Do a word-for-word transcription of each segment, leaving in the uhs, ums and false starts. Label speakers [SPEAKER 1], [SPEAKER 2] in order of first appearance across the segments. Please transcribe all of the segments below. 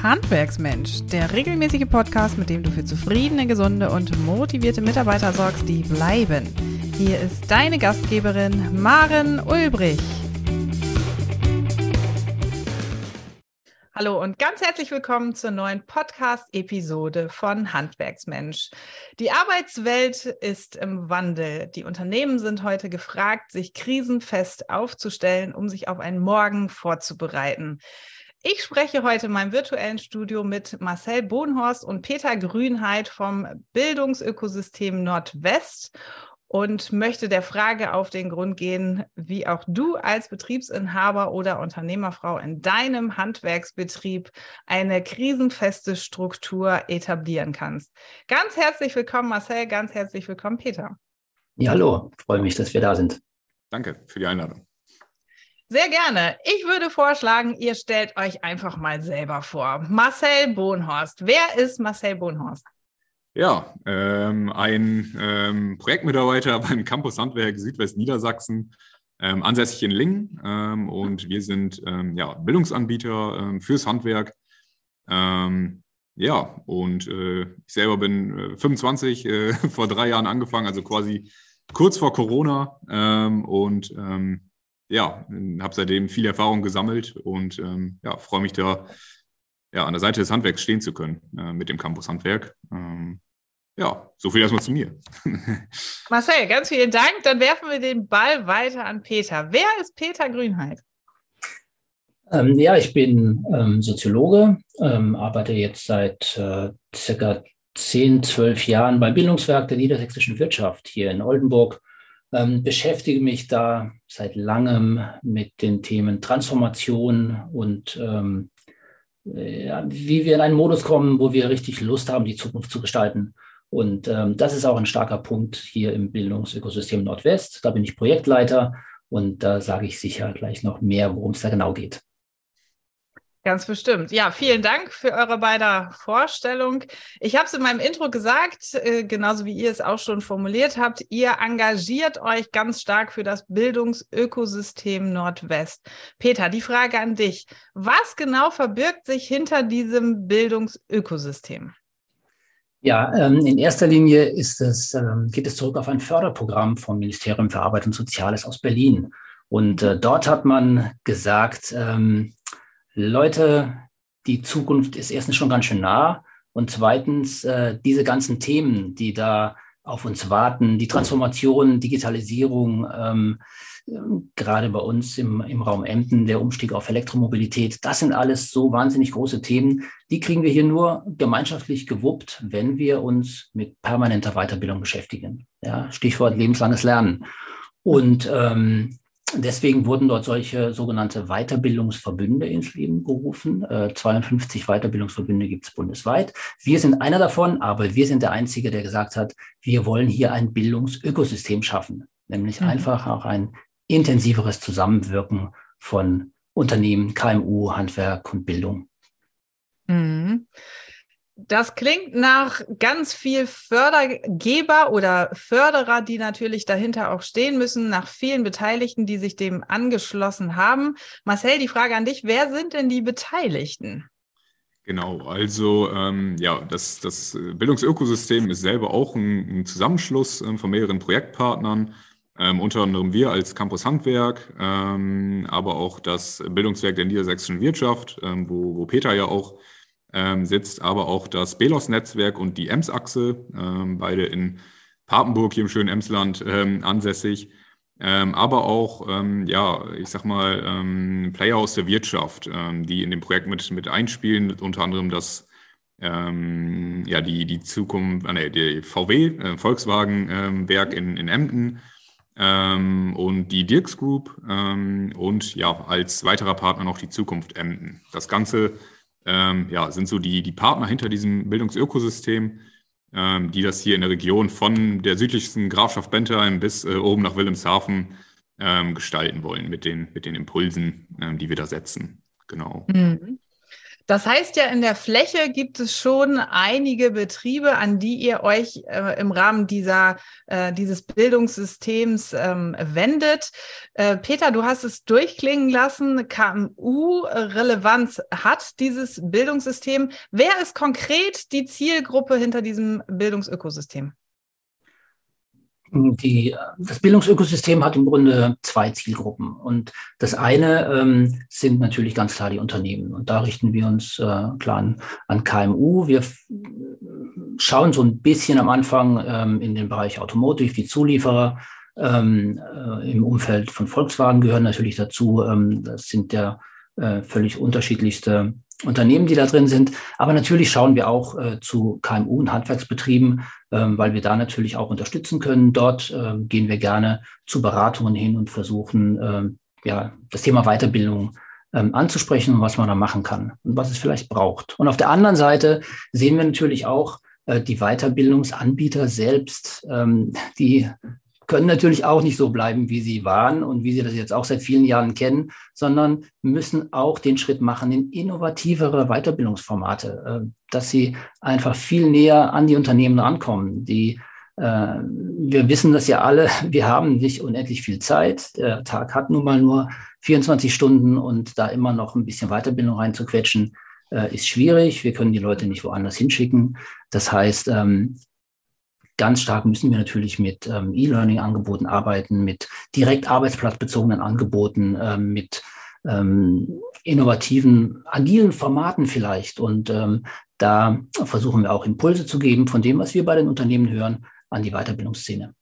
[SPEAKER 1] Handwerksmensch, der regelmäßige Podcast, mit dem du für zufriedene, gesunde und motivierte Mitarbeiter sorgst, die bleiben. Hier ist deine Gastgeberin Maren Ulbrich. Hallo und ganz herzlich willkommen zur neuen Podcast-Episode von Handwerksmensch. Die Arbeitswelt ist im Wandel. Die Unternehmen sind heute gefragt, sich krisenfest aufzustellen, um sich auf einen Morgen vorzubereiten. Ich spreche heute in meinem virtuellen Studio mit Marcel Bohnhorst und Peter Grünheit vom Bildungsökosystem Nordwest und möchte der Frage auf den Grund gehen, wie auch du als Betriebsinhaber oder Unternehmerfrau in deinem Handwerksbetrieb eine krisenfeste Struktur etablieren kannst. Ganz herzlich willkommen, Marcel, ganz herzlich willkommen, Peter.
[SPEAKER 2] Ja, hallo, freue mich, dass wir da sind.
[SPEAKER 3] Danke für die Einladung.
[SPEAKER 1] Sehr gerne. Ich würde vorschlagen, ihr stellt euch einfach mal selber vor. Marcel Bohnhorst. Wer ist Marcel Bohnhorst?
[SPEAKER 3] Ja, ähm, ein ähm, Projektmitarbeiter beim Campus Handwerk Südwestniedersachsen, ähm, ansässig in Lingen. Ähm, und wir sind ähm, ja, Bildungsanbieter ähm, fürs Handwerk. Ähm, ja, und äh, ich selber bin äh, fünfundzwanzig, äh, vor drei Jahren angefangen, also quasi kurz vor Corona. Ähm, und ähm, ja, habe seitdem viel Erfahrung gesammelt und ähm, ja, freue mich da, ja, an der Seite des Handwerks stehen zu können äh, mit dem Campus Handwerk. Ähm, ja, so viel erstmal zu mir.
[SPEAKER 1] Marcel, ganz vielen Dank. Dann werfen wir den Ball weiter an Peter. Wer ist Peter Grünheit?
[SPEAKER 2] Ähm, ja, ich bin ähm, Soziologe, ähm, arbeite jetzt seit äh, circa zehn, zwölf Jahren beim Bildungswerk der niedersächsischen Wirtschaft hier in Oldenburg. Ähm, beschäftige mich da seit langem mit den Themen Transformation und ähm, ja, wie wir in einen Modus kommen, wo wir richtig Lust haben, die Zukunft zu gestalten. Und ähm, das ist auch ein starker Punkt hier im Bildungsökosystem Nordwest. Da bin ich Projektleiter und da sage ich sicher gleich noch mehr, worum es da genau geht.
[SPEAKER 1] Ganz bestimmt. Ja, vielen Dank für eure beider Vorstellung. Ich habe es in meinem Intro gesagt, äh, genauso wie ihr es auch schon formuliert habt, ihr engagiert euch ganz stark für das Bildungsökosystem Nordwest. Peter, die Frage an dich. Was genau verbirgt sich hinter diesem Bildungsökosystem?
[SPEAKER 2] Ja, ähm, in erster Linie ist es, ähm, geht es zurück auf ein Förderprogramm vom Ministerium für Arbeit und Soziales aus Berlin. Und äh, dort hat man gesagt, ähm, Leute, die Zukunft ist erstens schon ganz schön nah und zweitens äh, diese ganzen Themen, die da auf uns warten, die Transformation, Digitalisierung, ähm, äh, gerade bei uns im, im Raum Emden, der Umstieg auf Elektromobilität, das sind alles so wahnsinnig große Themen, die kriegen wir hier nur gemeinschaftlich gewuppt, wenn wir uns mit permanenter Weiterbildung beschäftigen. Ja, Stichwort lebenslanges Lernen. Und ähm, Deswegen wurden dort solche sogenannte Weiterbildungsverbünde ins Leben gerufen. Äh, zweiundfünfzig Weiterbildungsverbünde gibt es bundesweit. Wir sind einer davon, aber wir sind der Einzige, der gesagt hat, wir wollen hier ein Bildungsökosystem schaffen, nämlich mhm. einfach auch ein intensiveres Zusammenwirken von Unternehmen, K M U, Handwerk und Bildung.
[SPEAKER 1] Mhm. Das klingt nach ganz viel Fördergeber oder Förderer, die natürlich dahinter auch stehen müssen, nach vielen Beteiligten, die sich dem angeschlossen haben. Marcel, die Frage an dich, wer sind denn die Beteiligten?
[SPEAKER 3] Genau, also ähm, ja, das, das Bildungsökosystem ist selber auch ein, ein Zusammenschluss ähm, von mehreren Projektpartnern, ähm, unter anderem wir als Campus Handwerk, ähm, aber auch das Bildungswerk der niedersächsischen Wirtschaft, ähm, wo, wo Peter ja auch Ähm, sitzt, aber auch das BELOS-Netzwerk und die Ems-Achse, ähm, beide in Papenburg hier im schönen Emsland ähm, ansässig, ähm, aber auch, ähm, ja, ich sag mal, ähm, Player aus der Wirtschaft, ähm, die in dem Projekt mit, mit einspielen, unter anderem das, ähm, ja, die, die Zukunft, äh, die V W, äh, Volkswagen-Werk ähm, in, in Emden, ähm, und die Dirks Group ähm, und ja, als weiterer Partner noch die Zukunft Emden. Das Ganze Ähm, ja, sind so die, die Partner hinter diesem Bildungsökosystem, ähm, die das hier in der Region von der südlichsten Grafschaft Bentheim bis äh, oben nach Wilhelmshaven ähm, gestalten wollen mit den, mit den Impulsen, ähm, die wir da setzen. Genau.
[SPEAKER 1] Mhm. Das heißt ja, in der Fläche gibt es schon einige Betriebe, an die ihr euch äh, im Rahmen dieser, äh, dieses Bildungssystems ähm, wendet. Äh, Peter, du hast es durchklingen lassen, K M U-Relevanz hat dieses Bildungssystem. Wer ist konkret die Zielgruppe hinter diesem Bildungsökosystem?
[SPEAKER 2] Die, das Bildungsökosystem hat im Grunde zwei Zielgruppen. Und das eine ähm, sind natürlich ganz klar die Unternehmen. Und da richten wir uns äh, klar an, an K M U. Wir f- schauen so ein bisschen am Anfang ähm, in den Bereich Automotive, die Zulieferer. Ähm, äh, im Umfeld von Volkswagen gehören natürlich dazu. Ähm, das sind ja äh, völlig unterschiedlichste Unternehmen, die da drin sind. Aber natürlich schauen wir auch äh, zu K M U und Handwerksbetrieben, ähm, weil wir da natürlich auch unterstützen können. Dort ähm, gehen wir gerne zu Beratungen hin und versuchen, ähm, ja, das Thema Weiterbildung ähm, anzusprechen und was man da machen kann und was es vielleicht braucht. Und auf der anderen Seite sehen wir natürlich auch äh, die Weiterbildungsanbieter selbst, ähm, die können natürlich auch nicht so bleiben, wie sie waren und wie sie das jetzt auch seit vielen Jahren kennen, sondern müssen auch den Schritt machen in innovativere Weiterbildungsformate, äh, dass sie einfach viel näher an die Unternehmen rankommen. Die, äh, wir wissen das ja alle, wir haben nicht unendlich viel Zeit. Der Tag hat nun mal nur vierundzwanzig Stunden und da immer noch ein bisschen Weiterbildung reinzuquetschen, äh, ist schwierig. Wir können die Leute nicht woanders hinschicken. Das heißt, ähm, ganz stark müssen wir natürlich mit ähm, E-Learning-Angeboten arbeiten, mit direkt arbeitsplatzbezogenen Angeboten, ähm, mit ähm, innovativen, agilen Formaten vielleicht. Und ähm, da versuchen wir auch Impulse zu geben von dem, was wir bei den Unternehmen hören, an die Weiterbildungsszene.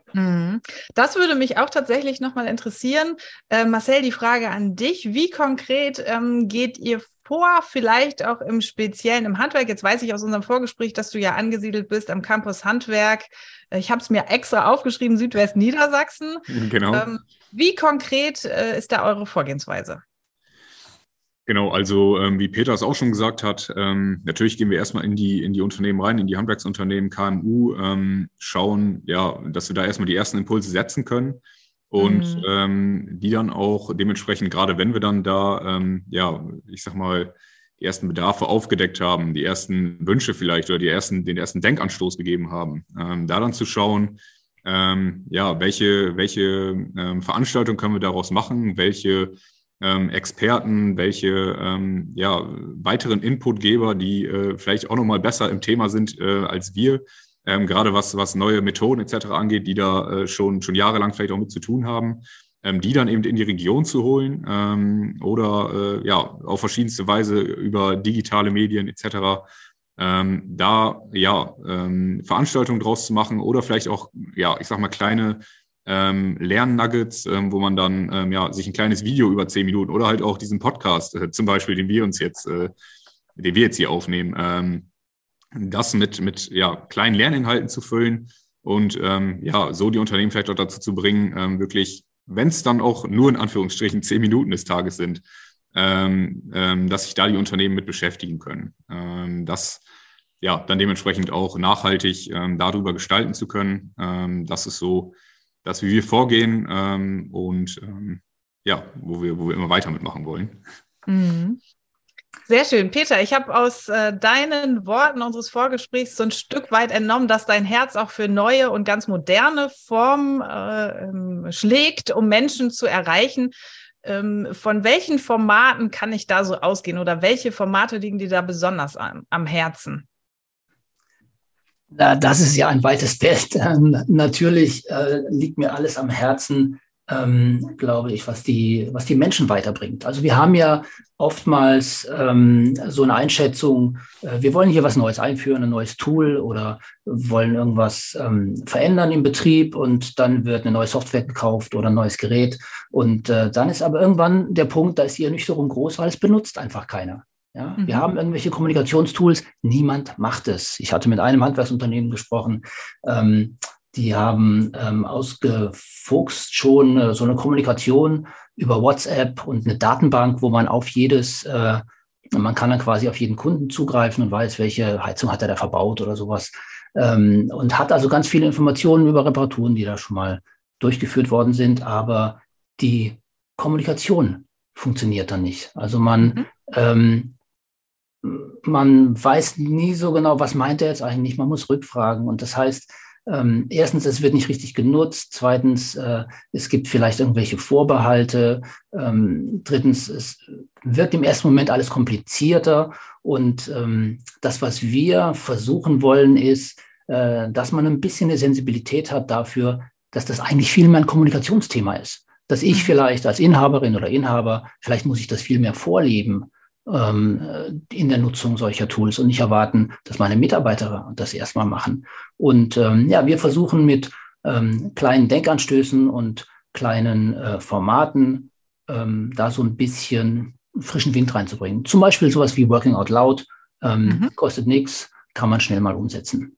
[SPEAKER 1] Das würde mich auch tatsächlich nochmal interessieren. Äh, Marcel, die Frage an dich. Wie konkret ähm, geht ihr vor, vielleicht auch im Speziellen im Handwerk? Jetzt weiß ich aus unserem Vorgespräch, dass du ja angesiedelt bist am Campus Handwerk. Ich habe es mir extra aufgeschrieben, Südwest-Niedersachsen.
[SPEAKER 3] Genau.
[SPEAKER 1] Ähm, wie konkret äh, ist da eure Vorgehensweise?
[SPEAKER 3] Genau, also ähm, wie Peter es auch schon gesagt hat, ähm, natürlich gehen wir erstmal in die in die Unternehmen rein, in die Handwerksunternehmen, K M U, ähm, schauen, ja, dass wir da erstmal die ersten Impulse setzen können und mhm. ähm, die dann auch dementsprechend, gerade wenn wir dann da, ähm, ja, ich sag mal, die ersten Bedarfe aufgedeckt haben, die ersten Wünsche vielleicht oder die ersten, den ersten Denkanstoß gegeben haben, ähm, da dann zu schauen, ähm, ja, welche welche ähm, Veranstaltung können wir daraus machen, welche Ähm, Experten, welche ähm, ja, weiteren Inputgeber, die äh, vielleicht auch nochmal besser im Thema sind äh, als wir, ähm, gerade was, was neue Methoden et cetera angeht, die da äh, schon, schon jahrelang vielleicht auch mit zu tun haben, ähm, die dann eben in die Region zu holen ähm, oder äh, ja, auf verschiedenste Weise über digitale Medien et cetera ähm, da ja ähm, Veranstaltungen draus zu machen oder vielleicht auch, ja, ich sag mal, kleine Ähm, Lernnuggets, ähm, wo man dann ähm, ja, sich ein kleines Video über zehn Minuten oder halt auch diesen Podcast, äh, zum Beispiel, den wir uns jetzt, äh, den wir jetzt hier aufnehmen, ähm, das mit, mit ja, kleinen Lerninhalten zu füllen und ähm, ja, so die Unternehmen vielleicht auch dazu zu bringen, ähm, wirklich, wenn es dann auch nur in Anführungsstrichen zehn Minuten des Tages sind, ähm, ähm, dass sich da die Unternehmen mit beschäftigen können. Ähm, das ja, dann dementsprechend auch nachhaltig ähm, darüber gestalten zu können. Ähm, das ist so, dass wie wir vorgehen ähm, und ähm, ja, wo wir, wo wir immer weiter mitmachen wollen.
[SPEAKER 1] Mhm. Sehr schön. Peter, ich habe aus äh, deinen Worten unseres Vorgesprächs so ein Stück weit entnommen, dass dein Herz auch für neue und ganz moderne Formen äh, ähm, schlägt, um Menschen zu erreichen. Ähm, von welchen Formaten kann ich da so ausgehen oder welche Formate liegen dir da besonders am, am Herzen?
[SPEAKER 2] Das ist ja ein weites Feld. Ähm, natürlich äh, liegt mir alles am Herzen, ähm, glaube ich, was die, was die Menschen weiterbringt. Also wir haben ja oftmals ähm, so eine Einschätzung, äh, wir wollen hier was Neues einführen, ein neues Tool oder wollen irgendwas ähm, verändern im Betrieb und dann wird eine neue Software gekauft oder ein neues Gerät. Und äh, dann ist aber irgendwann der Punkt, da ist die Ernüchterung groß, weil es benutzt einfach keiner. Ja, mhm. Wir haben irgendwelche Kommunikationstools, niemand macht es. Ich hatte mit einem Handwerksunternehmen gesprochen, ähm, die haben ähm, ausgefuchst schon äh, so eine Kommunikation über WhatsApp und eine Datenbank, wo man auf jedes, äh, man kann dann quasi auf jeden Kunden zugreifen und weiß, welche Heizung hat er da verbaut oder sowas. Ähm, und hat also ganz viele Informationen über Reparaturen, die da schon mal durchgeführt worden sind, aber die Kommunikation funktioniert dann nicht. Also man mhm. ähm, man weiß nie so genau, was meint er jetzt eigentlich. Man muss rückfragen. Und das heißt, ähm, erstens, es wird nicht richtig genutzt. Zweitens, äh, es gibt vielleicht irgendwelche Vorbehalte. Ähm, drittens, es wirkt im ersten Moment alles komplizierter. Und ähm, das, was wir versuchen wollen, ist, äh, dass man ein bisschen eine Sensibilität hat dafür, dass das eigentlich viel mehr ein Kommunikationsthema ist. Dass ich vielleicht als Inhaberin oder Inhaber, vielleicht muss ich das viel mehr vorleben ähm, in der Nutzung solcher Tools und nicht erwarten, dass meine Mitarbeiter das erstmal machen. Und ähm, ja, wir versuchen mit ähm, kleinen Denkanstößen und kleinen äh, Formaten ähm, da so ein bisschen frischen Wind reinzubringen. Zum Beispiel sowas wie Working Out Loud, ähm, mhm. kostet nichts, kann man schnell mal umsetzen.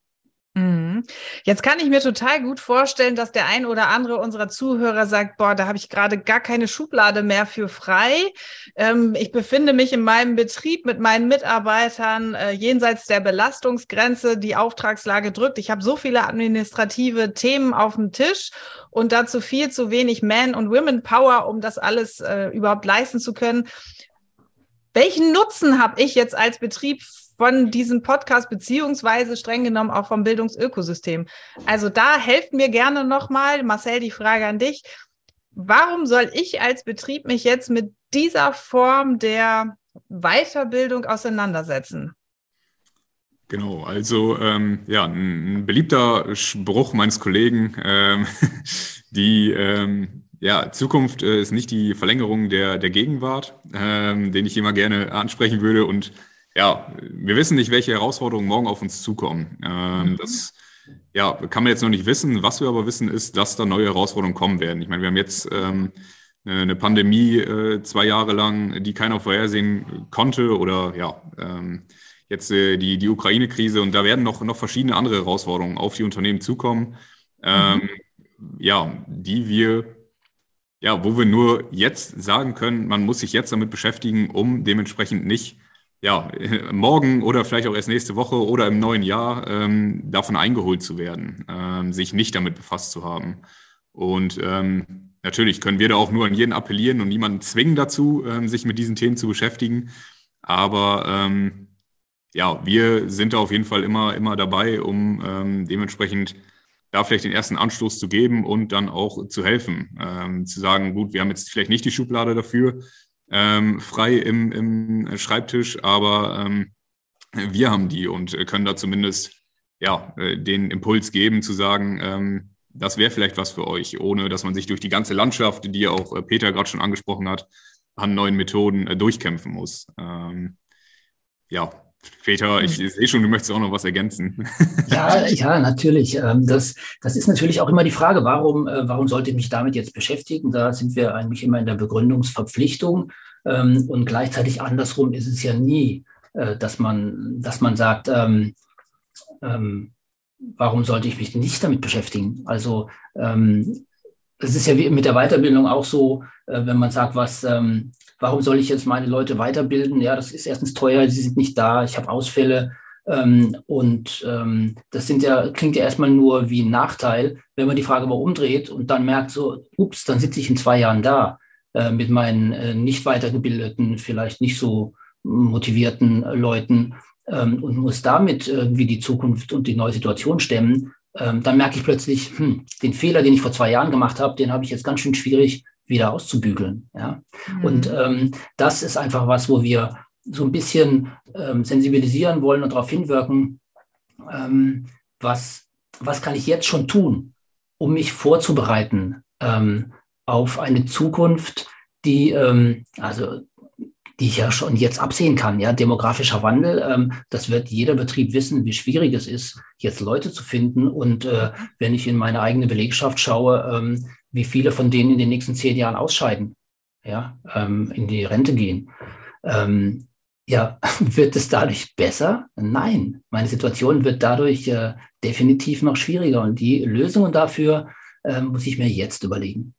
[SPEAKER 1] Jetzt kann ich mir total gut vorstellen, dass der ein oder andere unserer Zuhörer sagt, boah, da habe ich gerade gar keine Schublade mehr für frei. Ähm, ich befinde mich in meinem Betrieb mit meinen Mitarbeitern äh, jenseits der Belastungsgrenze. Die Auftragslage drückt. Ich habe so viele administrative Themen auf dem Tisch und dazu viel zu wenig Man- und Women-Power, um das alles äh, überhaupt leisten zu können. Welchen Nutzen habe ich jetzt als Betrieb von diesem Podcast, beziehungsweise streng genommen auch vom Bildungsökosystem? Also da helft mir gerne nochmal, Marcel, die Frage an dich. Warum soll ich als Betrieb mich jetzt mit dieser Form der Weiterbildung auseinandersetzen?
[SPEAKER 3] Genau, also ähm, ja, ein, ein beliebter Spruch meines Kollegen, ähm, die ähm, ja, Zukunft äh, ist nicht die Verlängerung der, der Gegenwart, ähm, den ich immer gerne ansprechen würde. Und ja, wir wissen nicht, welche Herausforderungen morgen auf uns zukommen. Ähm, mhm. Das ja, kann man jetzt noch nicht wissen. Was wir aber wissen, ist, dass da neue Herausforderungen kommen werden. Ich meine, wir haben jetzt ähm, eine Pandemie äh, zwei Jahre lang, die keiner vorhersehen konnte, oder ja, ähm, jetzt äh, die, die Ukraine-Krise, und da werden noch, noch verschiedene andere Herausforderungen auf die Unternehmen zukommen, ähm, mhm. ja, die wir Ja, wo wir nur jetzt sagen können, man muss sich jetzt damit beschäftigen, um dementsprechend nicht ja, morgen oder vielleicht auch erst nächste Woche oder im neuen Jahr ähm, davon eingeholt zu werden, ähm, sich nicht damit befasst zu haben. Und ähm, natürlich können wir da auch nur an jeden appellieren und niemanden zwingen dazu, ähm, sich mit diesen Themen zu beschäftigen. Aber ähm, ja, wir sind da auf jeden Fall immer, immer dabei, um ähm, dementsprechend da vielleicht den ersten Anstoß zu geben und dann auch zu helfen, ähm, zu sagen, gut, wir haben jetzt vielleicht nicht die Schublade dafür ähm, frei im, im Schreibtisch, aber ähm, wir haben die und können da zumindest ja, den Impuls geben, zu sagen, ähm, das wäre vielleicht was für euch, ohne dass man sich durch die ganze Landschaft, die ja auch Peter gerade schon angesprochen hat, an neuen Methoden äh, durchkämpfen muss. Ähm, ja, Peter, ich sehe schon, du möchtest auch noch was ergänzen.
[SPEAKER 2] Ja, ja, natürlich. Das, das ist natürlich auch immer die Frage, warum, warum sollte ich mich damit jetzt beschäftigen? Da sind wir eigentlich immer in der Begründungsverpflichtung. Und gleichzeitig andersrum ist es ja nie, dass man, dass man sagt, ähm, ähm, warum sollte ich mich nicht damit beschäftigen? Also ähm, es ist ja wie mit der Weiterbildung auch so, äh, wenn man sagt, was, ähm, warum soll ich jetzt meine Leute weiterbilden? Ja, das ist erstens teuer, sie sind nicht da, ich habe Ausfälle. Ähm, und ähm, das sind ja, klingt ja erstmal nur wie ein Nachteil, wenn man die Frage mal umdreht und dann merkt so, ups, dann sitze ich in zwei Jahren da äh, mit meinen äh, nicht weitergebildeten, vielleicht nicht so motivierten äh, Leuten ähm, und muss damit irgendwie die Zukunft und die neue Situation stemmen. Ähm, dann merke ich plötzlich, hm, den Fehler, den ich vor zwei Jahren gemacht habe, den habe ich jetzt ganz schön schwierig wieder auszubügeln. Ja? Mhm. Und ähm, das ist einfach was, wo wir so ein bisschen ähm, sensibilisieren wollen und darauf hinwirken, ähm, was, was kann ich jetzt schon tun, um mich vorzubereiten ähm, auf eine Zukunft, die, ähm, also, die ich ja schon jetzt absehen kann. Ja? Demografischer Wandel, ähm, das wird jeder Betrieb wissen, wie schwierig es ist, jetzt Leute zu finden. Und äh, wenn ich in meine eigene Belegschaft schaue, ähm, wie viele von denen in den nächsten zehn Jahren ausscheiden, ja, ähm, in die Rente gehen. Ähm, ja, wird es dadurch besser? Nein, meine Situation wird dadurch äh, definitiv noch schwieriger. Und die Lösungen dafür äh, muss ich mir jetzt überlegen.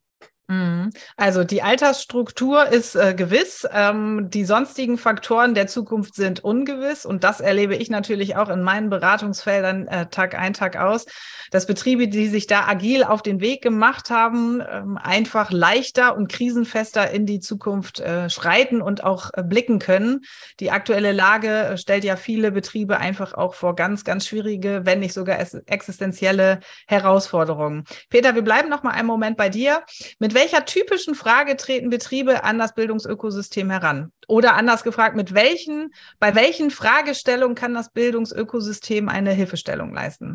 [SPEAKER 1] Also die Altersstruktur ist äh, gewiss, ähm, die sonstigen Faktoren der Zukunft sind ungewiss und das erlebe ich natürlich auch in meinen Beratungsfeldern äh, Tag ein, Tag aus, dass Betriebe, die sich da agil auf den Weg gemacht haben, ähm, einfach leichter und krisenfester in die Zukunft äh, schreiten und auch äh, blicken können. Die aktuelle Lage äh, stellt ja viele Betriebe einfach auch vor ganz, ganz schwierige, wenn nicht sogar existenzielle Herausforderungen. Peter, wir bleiben noch mal einen Moment bei dir. Mit welcher typischen Frage treten Betriebe an das Bildungsökosystem heran? Oder anders gefragt, mit welchen, bei welchen Fragestellungen kann das Bildungsökosystem eine Hilfestellung leisten?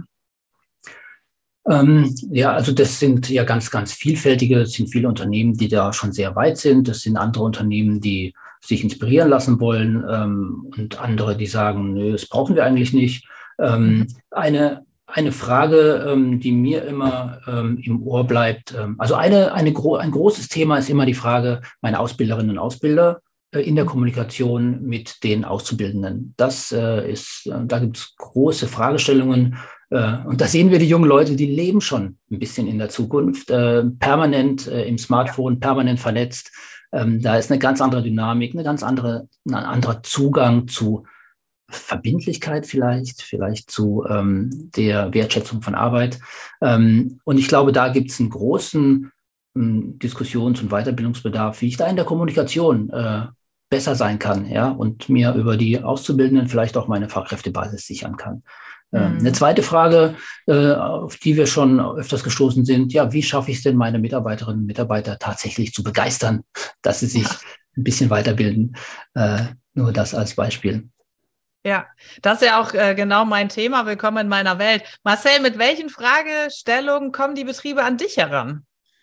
[SPEAKER 2] Ähm, ja, also das sind ja ganz, ganz vielfältige, es sind viele Unternehmen, die da schon sehr weit sind. Das sind andere Unternehmen, die sich inspirieren lassen wollen ähm, und andere, die sagen, nö, das brauchen wir eigentlich nicht. Ähm, mhm. Eine Eine Frage, ähm, die mir immer ähm, im Ohr bleibt, ähm, also eine, eine gro- ein großes Thema ist immer die Frage, meine Ausbilderinnen und Ausbilder äh, in der Kommunikation mit den Auszubildenden. Das äh, ist, äh, da gibt es große Fragestellungen äh, und da sehen wir die jungen Leute, die leben schon ein bisschen in der Zukunft, äh, permanent äh, im Smartphone, permanent vernetzt. Ähm, da ist eine ganz andere Dynamik, eine ganz andere, ein anderer Zugang zu Verbindlichkeit vielleicht, vielleicht zu ähm, der Wertschätzung von Arbeit. Ähm, und ich glaube, da gibt es einen großen ähm, Diskussions- und Weiterbildungsbedarf, wie ich da in der Kommunikation äh, besser sein kann, ja, und mir über die Auszubildenden vielleicht auch meine Fachkräftebasis sichern kann. Ähm, mhm. Eine zweite Frage, äh, auf die wir schon öfters gestoßen sind, ja, wie schaffe ich es denn, meine Mitarbeiterinnen und Mitarbeiter tatsächlich zu begeistern, dass sie sich ein bisschen weiterbilden? Äh, nur das als Beispiel.
[SPEAKER 1] Ja, das ist ja auch äh, genau mein Thema. Willkommen in meiner Welt. Marcel, mit welchen Fragestellungen kommen die Betriebe an dich heran?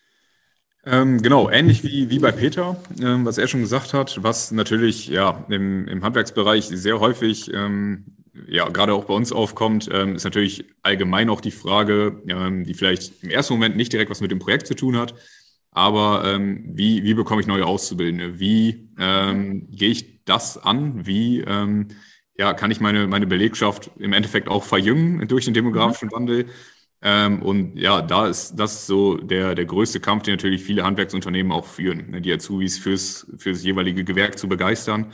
[SPEAKER 3] Ähm, genau, ähnlich wie, wie bei Peter, ähm, was er schon gesagt hat, was natürlich ja im, im Handwerksbereich sehr häufig, ähm, ja gerade auch bei uns aufkommt, ähm, ist natürlich allgemein auch die Frage, ähm, die vielleicht im ersten Moment nicht direkt was mit dem Projekt zu tun hat, aber ähm, wie, wie bekomme ich neue Auszubildende? Wie ähm, gehe ich das an? Wie ähm, ja, kann ich meine, meine Belegschaft im Endeffekt auch verjüngen durch den demografischen Wandel? Ähm, und ja, da ist das ist so der, der größte Kampf, den natürlich viele Handwerksunternehmen auch führen, ne, die Azubis fürs, fürs jeweilige Gewerk zu begeistern.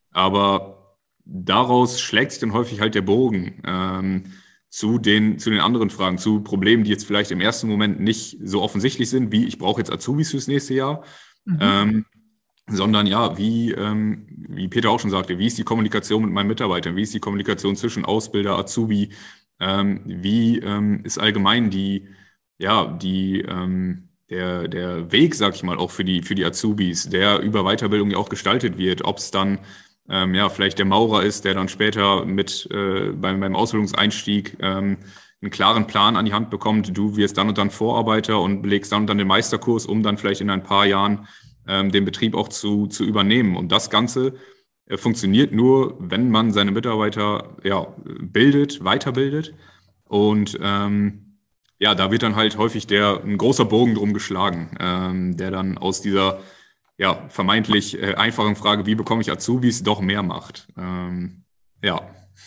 [SPEAKER 3] Aber daraus schlägt sich dann häufig halt der Bogen ähm, zu den, zu den anderen Fragen, zu Problemen, die jetzt vielleicht im ersten Moment nicht so offensichtlich sind, wie ich brauche jetzt Azubis fürs nächste Jahr. Mhm. Ähm, sondern ja, wie, ähm, wie Peter auch schon sagte, wie ist die Kommunikation mit meinen Mitarbeitern, wie ist die Kommunikation zwischen Ausbilder, Azubi, ähm, wie ähm, ist allgemein die, ja, die, ähm, der, der Weg, sag ich mal, auch für die, für die Azubis, der über Weiterbildung ja auch gestaltet wird, ob es dann ähm, ja vielleicht der Maurer ist, der dann später mit äh, beim, beim Ausbildungseinstieg ähm, einen klaren Plan an die Hand bekommt, du wirst dann und dann Vorarbeiter und belegst dann und dann den Meisterkurs, um dann vielleicht in ein paar Jahren den Betrieb auch zu, zu übernehmen. Und das Ganze äh, funktioniert nur, wenn man seine Mitarbeiter ja, bildet, weiterbildet. Und ähm, ja, da wird dann halt häufig der, ein großer Bogen drum geschlagen, ähm, der dann aus dieser ja, vermeintlich äh, einfachen Frage, wie bekomme ich Azubis, doch mehr macht. Ähm, ja.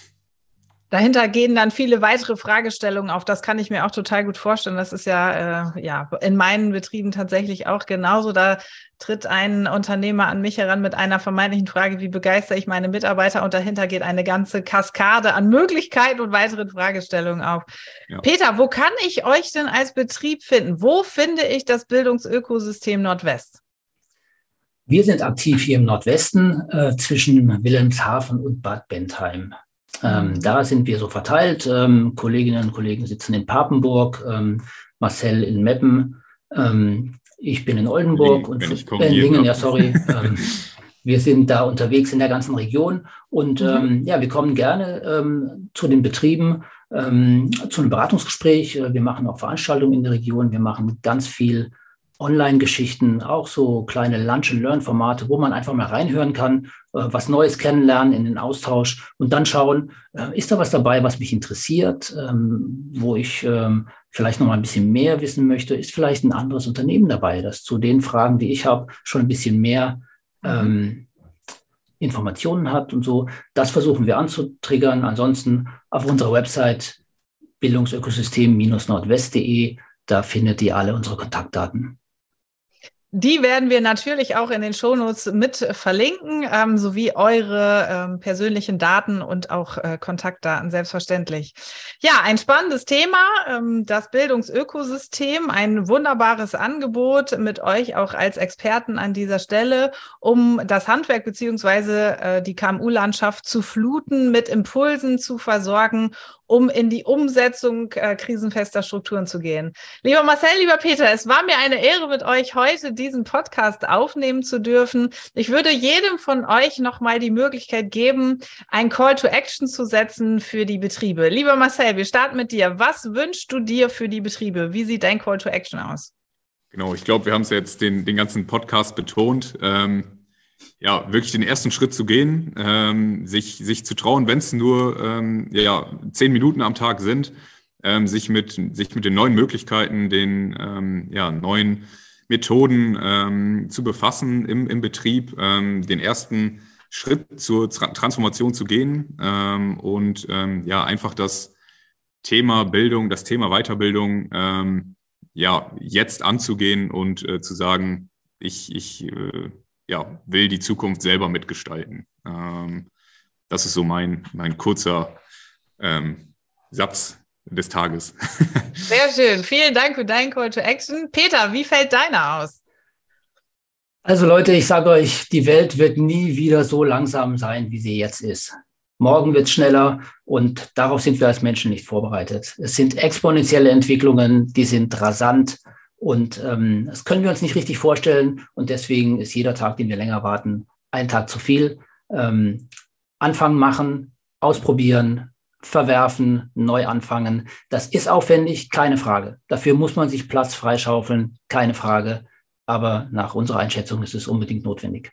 [SPEAKER 1] Dahinter gehen dann viele weitere Fragestellungen auf. Das kann ich mir auch total gut vorstellen. Das ist ja, äh, ja in meinen Betrieben tatsächlich auch genauso. Da tritt ein Unternehmer an mich heran mit einer vermeintlichen Frage, wie begeistere ich meine Mitarbeiter? Und dahinter geht eine ganze Kaskade an Möglichkeiten und weiteren Fragestellungen auf. Ja. Peter, wo kann ich euch denn als Betrieb finden? Wo finde ich das Bildungsökosystem Nordwest?
[SPEAKER 2] Wir sind aktiv hier im Nordwesten äh, zwischen Wilhelmshaven und Bad Bentheim. Ähm, da sind wir so verteilt. Ähm, Kolleginnen und Kollegen sitzen in Papenburg, ähm, Marcel in Meppen, ähm, ich bin in Oldenburg
[SPEAKER 3] Lingen,
[SPEAKER 2] und äh, in Lingen, ja, sorry. ähm, wir sind da unterwegs in der ganzen Region und mhm. ähm, ja, wir kommen gerne ähm, zu den Betrieben, ähm, zu einem Beratungsgespräch. Wir machen auch Veranstaltungen in der Region. Wir machen ganz viel Online-Geschichten, auch so kleine Lunch-and-Learn-Formate, wo man einfach mal reinhören kann, äh, was Neues kennenlernen, in den Austausch und dann schauen, äh, ist da was dabei, was mich interessiert, ähm, wo ich ähm, vielleicht noch mal ein bisschen mehr wissen möchte, ist vielleicht ein anderes Unternehmen dabei, das zu den Fragen, die ich habe, schon ein bisschen mehr ähm, Informationen hat und so. Das versuchen wir anzutriggern. Ansonsten auf unserer Website bildungsökosystem Bindestrich nordwest Punkt de, da findet ihr alle unsere Kontaktdaten.
[SPEAKER 1] Die werden wir natürlich auch in den Shownotes mit verlinken, ähm, sowie eure ähm, persönlichen Daten und auch äh, Kontaktdaten, selbstverständlich. Ja, ein spannendes Thema, ähm, das Bildungsökosystem, ein wunderbares Angebot mit euch auch als Experten an dieser Stelle, um das Handwerk beziehungsweise äh, die K M U-Landschaft zu fluten, mit Impulsen zu versorgen, um in die Umsetzung äh, krisenfester Strukturen zu gehen. Lieber Marcel, lieber Peter, es war mir eine Ehre, mit euch heute diesen Podcast aufnehmen zu dürfen. Ich würde jedem von euch nochmal die Möglichkeit geben, ein Call to Action zu setzen für die Betriebe. Lieber Marcel, wir starten mit dir. Was wünschst du dir für die Betriebe? Wie sieht dein Call to Action aus?
[SPEAKER 3] Genau, ich glaube, wir haben es jetzt den, den ganzen Podcast betont. Ähm, ja, wirklich den ersten Schritt zu gehen, ähm, sich, sich zu trauen, wenn es nur ähm, ja, zehn Minuten am Tag sind, ähm, sich, mit, sich mit den neuen Möglichkeiten, den ähm, ja, neuen Methoden ähm, zu befassen im, im Betrieb, ähm, den ersten Schritt zur Tra- Transformation zu gehen ähm, und ähm, ja, einfach das Thema Bildung, das Thema Weiterbildung ähm, ja, jetzt anzugehen und äh, zu sagen, ich, ich äh, ja, will die Zukunft selber mitgestalten. Ähm, das ist so mein, mein kurzer ähm, Satz des Tages.
[SPEAKER 1] Sehr schön. Vielen Dank für deinen Call to Action. Peter, wie fällt deiner aus?
[SPEAKER 2] Also Leute, ich sage euch, die Welt wird nie wieder so langsam sein, wie sie jetzt ist. Morgen wird es schneller und darauf sind wir als Menschen nicht vorbereitet. Es sind exponentielle Entwicklungen, die sind rasant. Und ähm, das können wir uns nicht richtig vorstellen. Und deswegen ist jeder Tag, den wir länger warten, ein Tag zu viel. Ähm, anfangen, machen, ausprobieren, verwerfen, neu anfangen. Das ist aufwendig, keine Frage. Dafür muss man sich Platz freischaufeln, keine Frage. Aber nach unserer Einschätzung ist es unbedingt notwendig.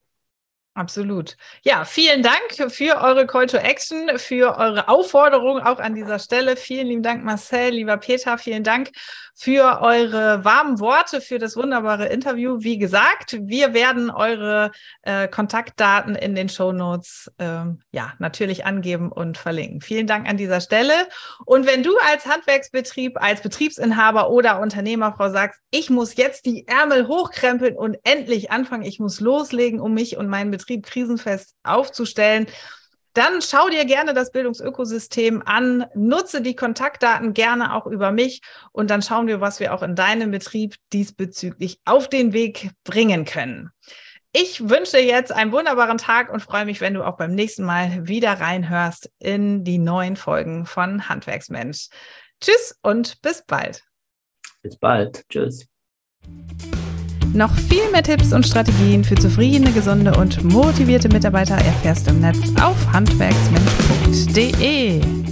[SPEAKER 1] Absolut. Ja, vielen Dank für eure Call to Action, für eure Aufforderung auch an dieser Stelle. Vielen lieben Dank, Marcel, lieber Peter. Vielen Dank für eure warmen Worte, für das wunderbare Interview. Wie gesagt, wir werden eure äh, Kontaktdaten in den Shownotes ähm, ja, natürlich angeben und verlinken. Vielen Dank an dieser Stelle. Und wenn du als Handwerksbetrieb, als Betriebsinhaber oder Unternehmerfrau sagst, ich muss jetzt die Ärmel hochkrempeln und endlich anfangen, ich muss loslegen, um mich und meinen Betrieb krisenfest aufzustellen, dann schau dir gerne das Bildungsökosystem an, nutze die Kontaktdaten gerne auch über mich und dann schauen wir, was wir auch in deinem Betrieb diesbezüglich auf den Weg bringen können. Ich wünsche dir jetzt einen wunderbaren Tag und freue mich, wenn du auch beim nächsten Mal wieder reinhörst in die neuen Folgen von Handwerksmensch. Tschüss und bis bald.
[SPEAKER 2] Bis bald. Tschüss.
[SPEAKER 1] Noch viel mehr Tipps und Strategien für zufriedene, gesunde und motivierte Mitarbeiter erfährst du im Netz auf handwerksmensch punkt de.